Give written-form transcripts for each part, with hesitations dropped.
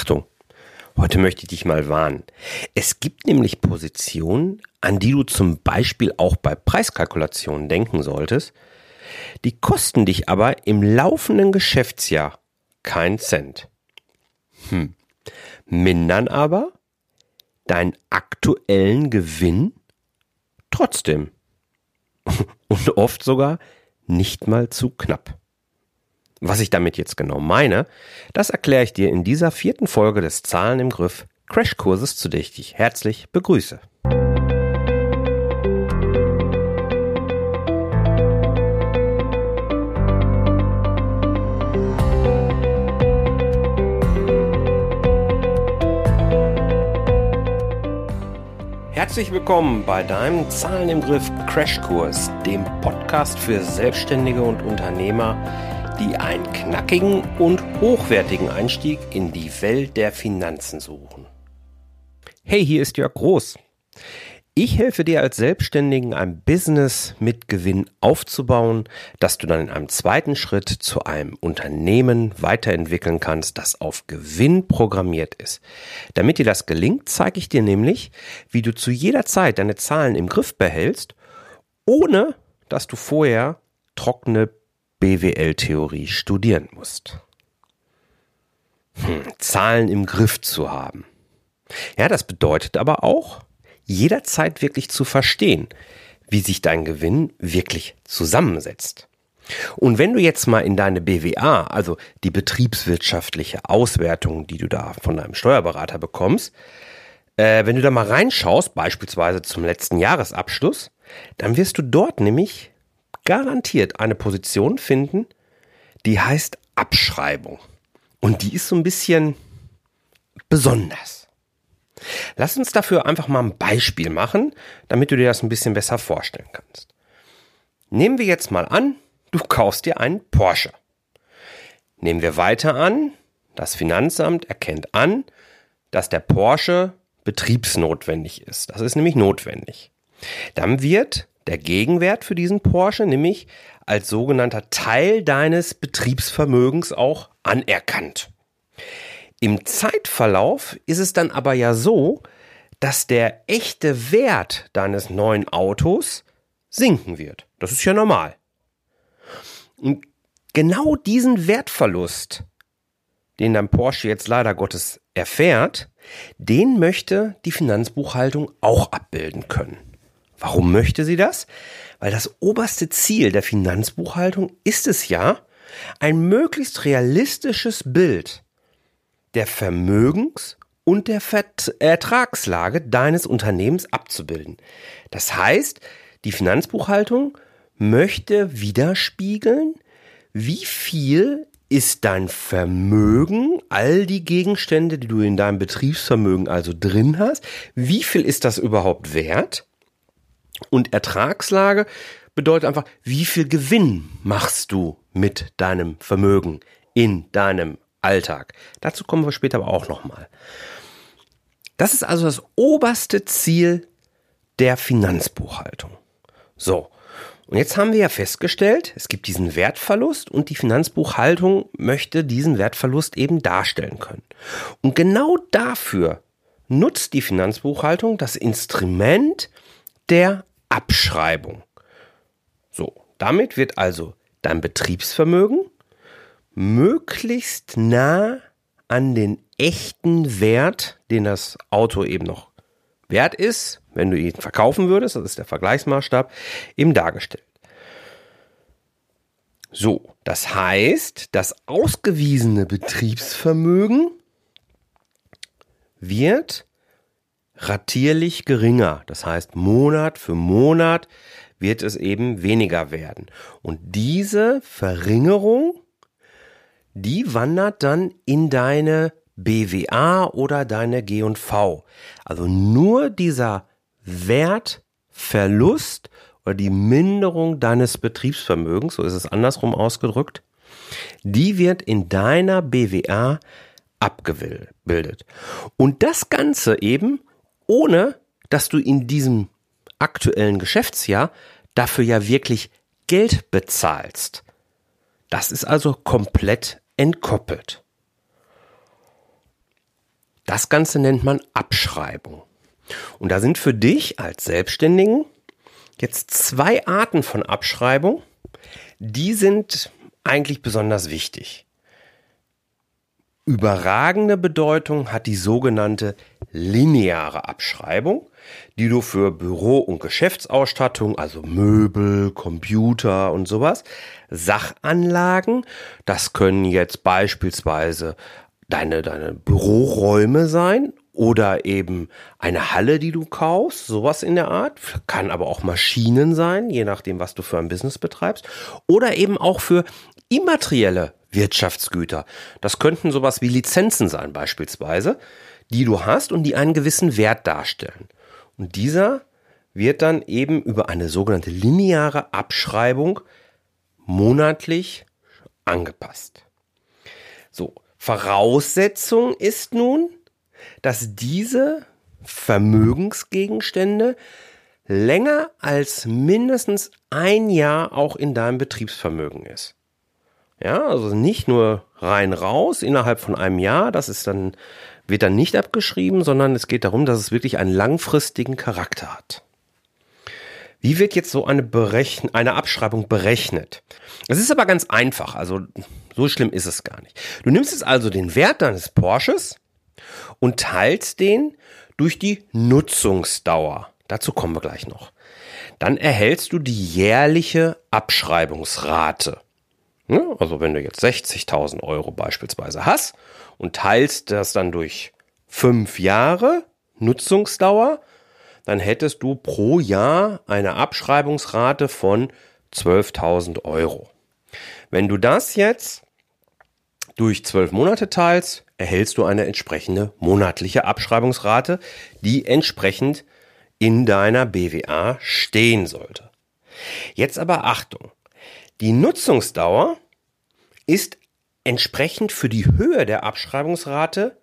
Achtung, heute möchte ich dich mal warnen. Es gibt nämlich Positionen, an die du zum Beispiel auch bei Preiskalkulationen denken solltest, die kosten dich aber im laufenden Geschäftsjahr keinen Cent. Mindern aber deinen aktuellen Gewinn trotzdem. Und oft sogar nicht mal zu knapp. Was ich damit jetzt genau meine, das erkläre ich dir in dieser 4. Folge des Zahlen im Griff Crashkurses, zu der ich dich herzlich begrüße. Herzlich willkommen bei deinem Zahlen im Griff Crashkurs, dem Podcast für Selbstständige und Unternehmer, die einen knackigen und hochwertigen Einstieg in die Welt der Finanzen suchen. Hey, hier ist Jörg Groß. Ich helfe dir als Selbstständigen ein Business mit Gewinn aufzubauen, das du dann in einem zweiten Schritt zu einem Unternehmen weiterentwickeln kannst, das auf Gewinn programmiert ist. Damit dir das gelingt, zeige ich dir nämlich, wie du zu jeder Zeit deine Zahlen im Griff behältst, ohne dass du vorher trockene BWL-Theorie studieren musst. Zahlen im Griff zu haben. Ja, das bedeutet aber auch, jederzeit wirklich zu verstehen, wie sich dein Gewinn wirklich zusammensetzt. Und wenn du jetzt mal in deine BWA, also die betriebswirtschaftliche Auswertung, die du da von deinem Steuerberater bekommst, wenn du da mal reinschaust, beispielsweise zum letzten Jahresabschluss, dann wirst du dort nämlich garantiert eine Position finden, die heißt Abschreibung. Und die ist so ein bisschen besonders. Lass uns dafür einfach mal ein Beispiel machen, damit du dir das ein bisschen besser vorstellen kannst. Nehmen wir jetzt mal an, du kaufst dir einen Porsche. Nehmen wir weiter an, das Finanzamt erkennt an, dass der Porsche betriebsnotwendig ist. Das ist nämlich notwendig. Dann wird der Gegenwert für diesen Porsche nämlich als sogenannter Teil deines Betriebsvermögens auch anerkannt. Im Zeitverlauf ist es dann aber ja so, dass der echte Wert deines neuen Autos sinken wird. Das ist ja normal. Und genau diesen Wertverlust, den dein Porsche jetzt leider Gottes erfährt, den möchte die Finanzbuchhaltung auch abbilden können. Warum möchte sie das? Weil das oberste Ziel der Finanzbuchhaltung ist es ja, ein möglichst realistisches Bild der Vermögens- und der Ertragslage deines Unternehmens abzubilden. Das heißt, die Finanzbuchhaltung möchte widerspiegeln, wie viel ist dein Vermögen, all die Gegenstände, die du in deinem Betriebsvermögen also drin hast, wie viel ist das überhaupt wert? Und Ertragslage bedeutet einfach, wie viel Gewinn machst du mit deinem Vermögen in deinem Alltag. Dazu kommen wir später aber auch nochmal. Das ist also das oberste Ziel der Finanzbuchhaltung. So, und jetzt haben wir ja festgestellt, es gibt diesen Wertverlust und die Finanzbuchhaltung möchte diesen Wertverlust eben darstellen können. Und genau dafür nutzt die Finanzbuchhaltung das Instrument der Abschreibung. So, damit wird also dein Betriebsvermögen möglichst nah an den echten Wert, den das Auto eben noch wert ist, wenn du ihn verkaufen würdest, das ist der Vergleichsmaßstab, eben dargestellt. So, das heißt, das ausgewiesene Betriebsvermögen wird ratierlich geringer. Das heißt, Monat für Monat wird es eben weniger werden. Und diese Verringerung, die wandert dann in deine BWA oder deine G&V. Also nur dieser Wertverlust oder die Minderung deines Betriebsvermögens, so ist es andersrum ausgedrückt, die wird in deiner BWA abgebildet. Und das Ganze eben ohne, dass du in diesem aktuellen Geschäftsjahr dafür ja wirklich Geld bezahlst. Das ist also komplett entkoppelt. Das Ganze nennt man Abschreibung. Und da sind für dich als Selbstständigen jetzt 2 Arten von Abschreibung, die sind eigentlich besonders wichtig. Überragende Bedeutung hat die sogenannte lineare Abschreibung, die du für Büro- und Geschäftsausstattung, also Möbel, Computer und sowas, Sachanlagen, das können jetzt beispielsweise deine Büroräume sein oder eben eine Halle, die du kaufst, sowas in der Art, kann aber auch Maschinen sein, je nachdem, was du für ein Business betreibst, oder eben auch für immaterielle Wirtschaftsgüter. Das könnten sowas wie Lizenzen sein beispielsweise, die du hast und die einen gewissen Wert darstellen. Und dieser wird dann eben über eine sogenannte lineare Abschreibung monatlich angepasst. So, Voraussetzung ist nun, dass diese Vermögensgegenstände länger als mindestens 1 Jahr auch in deinem Betriebsvermögen ist. Ja, also nicht nur rein raus innerhalb von 1 Jahr, wird dann nicht abgeschrieben, sondern es geht darum, dass es wirklich einen langfristigen Charakter hat. Wie wird jetzt so eine Abschreibung berechnet? Es ist aber ganz einfach, also so schlimm ist es gar nicht. Du nimmst jetzt also den Wert deines Porsches und teilst den durch die Nutzungsdauer. Dazu kommen wir gleich noch. Dann erhältst du die jährliche Abschreibungsrate. Also wenn du jetzt 60.000 Euro beispielsweise hast und teilst das dann durch 5 Jahre Nutzungsdauer, dann hättest du pro Jahr eine Abschreibungsrate von 12.000 Euro. Wenn du das jetzt durch 12 Monate teilst, erhältst du eine entsprechende monatliche Abschreibungsrate, die entsprechend in deiner BWA stehen sollte. Jetzt aber Achtung, die Nutzungsdauer ist entsprechend für die Höhe der Abschreibungsrate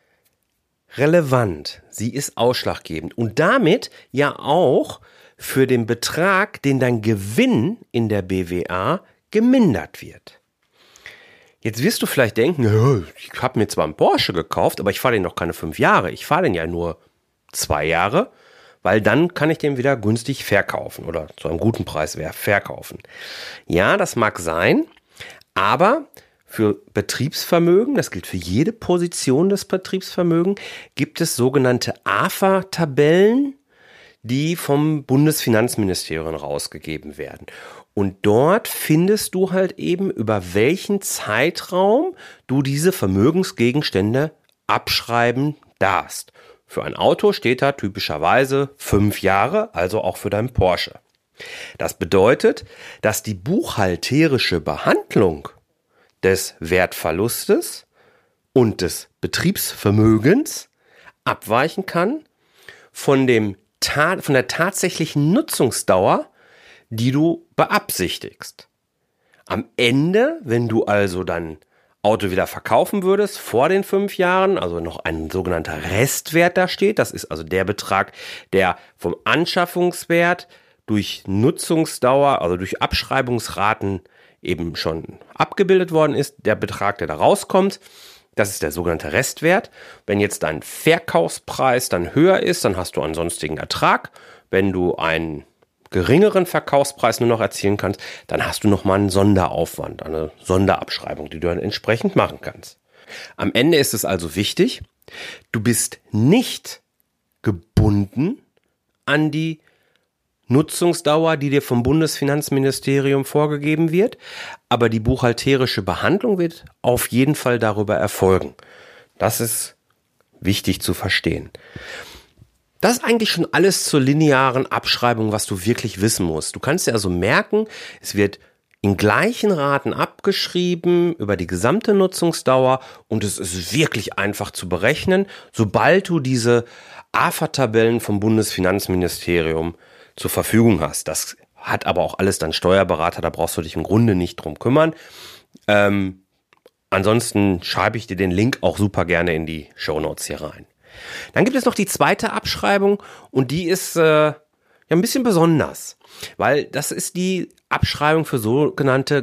relevant. Sie ist ausschlaggebend und damit ja auch für den Betrag, den dein Gewinn in der BWA gemindert wird. Jetzt wirst du vielleicht denken, ja, ich habe mir zwar einen Porsche gekauft, aber ich fahre den noch keine 5 Jahre. Ich fahre den ja nur 2 Jahre, weil dann kann ich den wieder günstig verkaufen oder zu einem guten Preis verkaufen. Ja, das mag sein, aber für Betriebsvermögen, das gilt für jede Position des Betriebsvermögens, gibt es sogenannte AFA-Tabellen, die vom Bundesfinanzministerium rausgegeben werden. Und dort findest du halt eben, über welchen Zeitraum du diese Vermögensgegenstände abschreiben darfst. Für ein Auto steht da typischerweise 5 Jahre, also auch für deinen Porsche. Das bedeutet, dass die buchhalterische Behandlung des Wertverlustes und des Betriebsvermögens abweichen kann von der tatsächlichen Nutzungsdauer, die du beabsichtigst. Am Ende, wenn du also dein Auto wieder verkaufen würdest vor den 5 Jahren, also noch ein sogenannter Restwert da steht, das ist also der Betrag, der vom Anschaffungswert durch Nutzungsdauer, also durch Abschreibungsraten eben schon abgebildet worden ist, der Betrag, der da rauskommt, das ist der sogenannte Restwert. Wenn jetzt dein Verkaufspreis dann höher ist, dann hast du einen sonstigen Ertrag. Wenn du einen geringeren Verkaufspreis nur noch erzielen kannst, dann hast du nochmal einen Sonderaufwand, eine Sonderabschreibung, die du dann entsprechend machen kannst. Am Ende ist es also wichtig, du bist nicht gebunden an die Nutzungsdauer, die dir vom Bundesfinanzministerium vorgegeben wird, aber die buchhalterische Behandlung wird auf jeden Fall darüber erfolgen. Das ist wichtig zu verstehen. Das ist eigentlich schon alles zur linearen Abschreibung, was du wirklich wissen musst. Du kannst dir also merken, es wird in gleichen Raten abgeschrieben über die gesamte Nutzungsdauer und es ist wirklich einfach zu berechnen, sobald du diese AFA-Tabellen vom Bundesfinanzministerium zur Verfügung hast. Das hat aber auch alles dann Steuerberater, da brauchst du dich im Grunde nicht drum kümmern. Ansonsten schreibe ich dir den Link auch super gerne in die Shownotes hier rein. Dann gibt es noch die zweite Abschreibung und die ist ja ein bisschen besonders, weil das ist die Abschreibung für sogenannte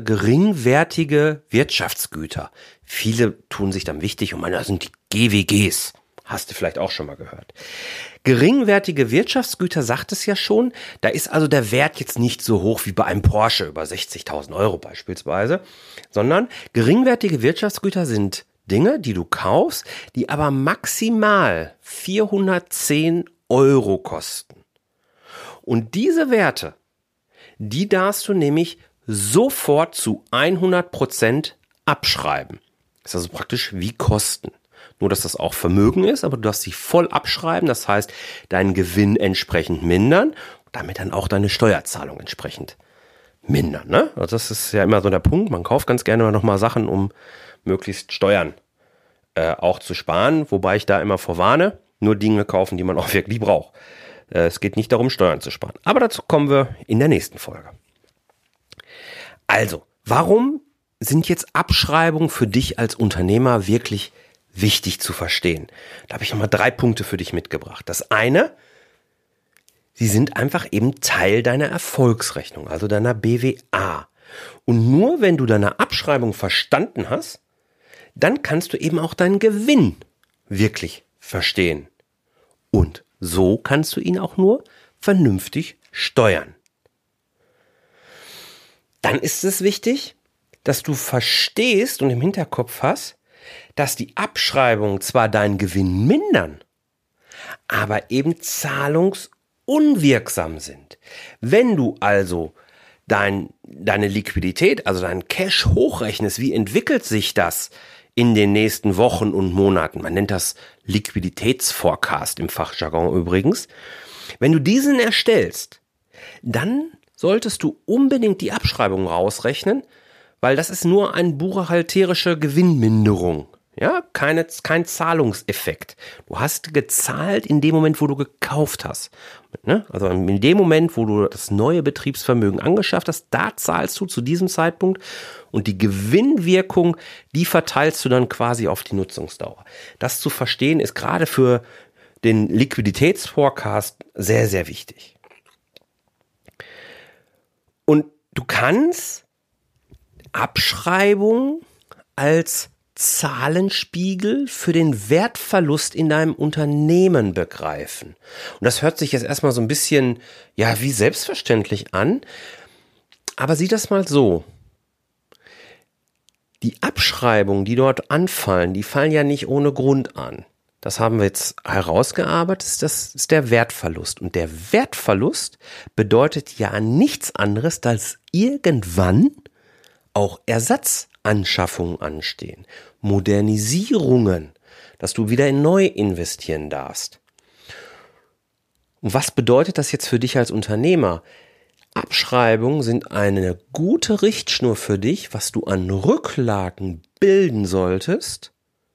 geringwertige Wirtschaftsgüter. Viele tun sich dann wichtig und meinen, das sind die GWGs, Hast du vielleicht auch schon mal gehört. Geringwertige Wirtschaftsgüter, sagt es ja schon, da ist also der Wert jetzt nicht so hoch wie bei einem Porsche über 60.000 Euro beispielsweise, sondern geringwertige Wirtschaftsgüter sind Dinge, die du kaufst, die aber maximal 410 Euro kosten. Und diese Werte, die darfst du nämlich sofort zu 100% abschreiben. Das ist also praktisch wie Kosten. Nur, dass das auch Vermögen ist, aber du darfst sie voll abschreiben. Das heißt, deinen Gewinn entsprechend mindern, damit dann auch deine Steuerzahlung entsprechend mindern. Ne? Also das ist ja immer so der Punkt. Man kauft ganz gerne nochmal Sachen, um möglichst Steuern auch zu sparen. Wobei ich da immer vorwarne, nur Dinge kaufen, die man auch wirklich braucht. Es geht nicht darum, Steuern zu sparen. Aber dazu kommen wir in der nächsten Folge. Also, warum sind jetzt Abschreibungen für dich als Unternehmer wirklich wichtig zu verstehen? Da habe ich nochmal 3 Punkte für dich mitgebracht. Das eine, sie sind einfach eben Teil deiner Erfolgsrechnung, also deiner BWA. Und nur wenn du deine Abschreibung verstanden hast, dann kannst du eben auch deinen Gewinn wirklich verstehen. Und so kannst du ihn auch nur vernünftig steuern. Dann ist es wichtig, dass du verstehst und im Hinterkopf hast, dass die Abschreibungen zwar deinen Gewinn mindern, aber eben zahlungsunwirksam sind. Wenn du also deine Liquidität, also deinen Cash hochrechnest, wie entwickelt sich das in den nächsten Wochen und Monaten? Man nennt das Liquiditätsforecast im Fachjargon übrigens. Wenn du diesen erstellst, dann solltest du unbedingt die Abschreibung rausrechnen, weil das ist nur eine buchhalterische Gewinnminderung. Ja, kein Zahlungseffekt. Du hast gezahlt in dem Moment, wo du gekauft hast. Ne? Also in dem Moment, wo du das neue Betriebsvermögen angeschafft hast, da zahlst du zu diesem Zeitpunkt und die Gewinnwirkung, die verteilst du dann quasi auf die Nutzungsdauer. Das zu verstehen ist gerade für den Liquiditätsforecast sehr, sehr wichtig. Und du kannst Abschreibung als Zahlenspiegel für den Wertverlust in deinem Unternehmen begreifen. Und das hört sich jetzt erstmal so ein bisschen, ja, wie selbstverständlich an. Aber sieh das mal so. Die Abschreibungen, die dort anfallen, die fallen ja nicht ohne Grund an. Das haben wir jetzt herausgearbeitet, das ist der Wertverlust. Und der Wertverlust bedeutet ja nichts anderes, als irgendwann auch Ersatzanschaffungen anstehen, Modernisierungen, dass du wieder in neu investieren darfst. Und was bedeutet das jetzt für dich als Unternehmer? Abschreibungen sind eine gute Richtschnur für dich, was du an Rücklagen bilden solltest,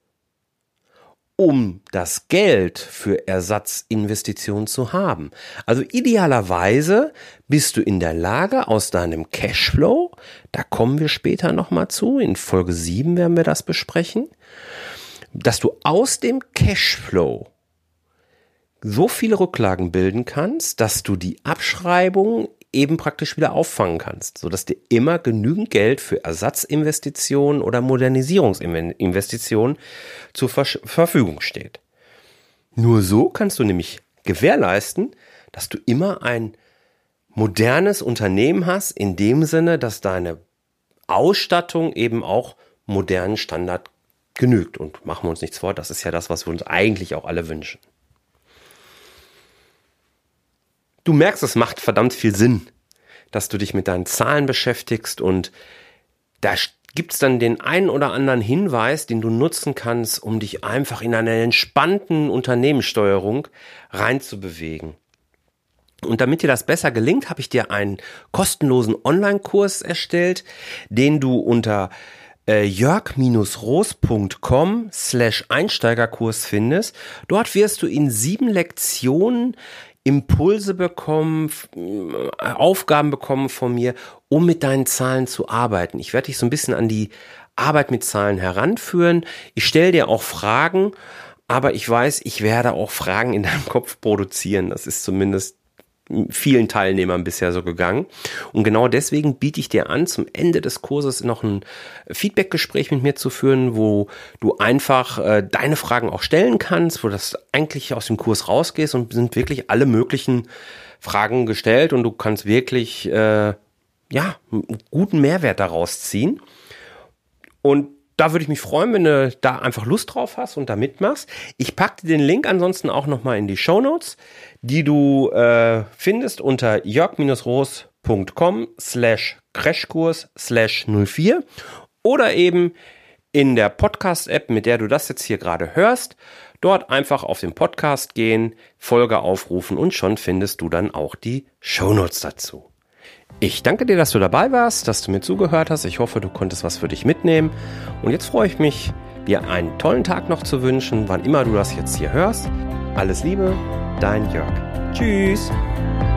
um das Geld für Ersatzinvestitionen zu haben. Also idealerweise bist du in der Lage, aus deinem Cashflow, da kommen wir später nochmal zu, in Folge 7 werden wir das besprechen, dass du aus dem Cashflow so viele Rücklagen bilden kannst, dass du die Abschreibung eben praktisch wieder auffangen kannst, sodass dir immer genügend Geld für Ersatzinvestitionen oder Modernisierungsinvestitionen zur Verfügung steht. Nur so kannst du nämlich gewährleisten, dass du immer ein modernes Unternehmen hast, in dem Sinne, dass deine Ausstattung eben auch modernen Standard genügt. Und machen wir uns nichts vor, das ist ja das, was wir uns eigentlich auch alle wünschen. Du merkst, es macht verdammt viel Sinn, dass du dich mit deinen Zahlen beschäftigst und da gibt's dann den einen oder anderen Hinweis, den du nutzen kannst, um dich einfach in einer entspannten Unternehmenssteuerung reinzubewegen. Und damit dir das besser gelingt, habe ich dir einen kostenlosen Online-Kurs erstellt, den du unter jörg-roos.com/Einsteigerkurs findest. Dort wirst du in 7 Lektionen Impulse bekommen, Aufgaben bekommen von mir, um mit deinen Zahlen zu arbeiten. Ich werde dich so ein bisschen an die Arbeit mit Zahlen heranführen. Ich stelle dir auch Fragen, aber ich weiß, ich werde auch Fragen in deinem Kopf produzieren. Das ist zumindest vielen Teilnehmern bisher so gegangen. Und genau deswegen biete ich dir an, zum Ende des Kurses noch ein Feedbackgespräch mit mir zu führen, wo du einfach deine Fragen auch stellen kannst, wo das eigentlich aus dem Kurs rausgehst und sind wirklich alle möglichen Fragen gestellt und du kannst wirklich einen guten Mehrwert daraus ziehen. Und da würde ich mich freuen, wenn du da einfach Lust drauf hast und da mitmachst. Ich packe dir den Link ansonsten auch nochmal in die Shownotes, die du findest unter jörg-roos.com/crashkurs/04 oder eben in der Podcast-App, mit der du das jetzt hier gerade hörst. Dort einfach auf den Podcast gehen, Folge aufrufen und schon findest du dann auch die Shownotes dazu. Ich danke dir, dass du dabei warst, dass du mir zugehört hast. Ich hoffe, du konntest was für dich mitnehmen. Und jetzt freue ich mich, dir einen tollen Tag noch zu wünschen, wann immer du das jetzt hier hörst. Alles Liebe, dein Jörg. Tschüss.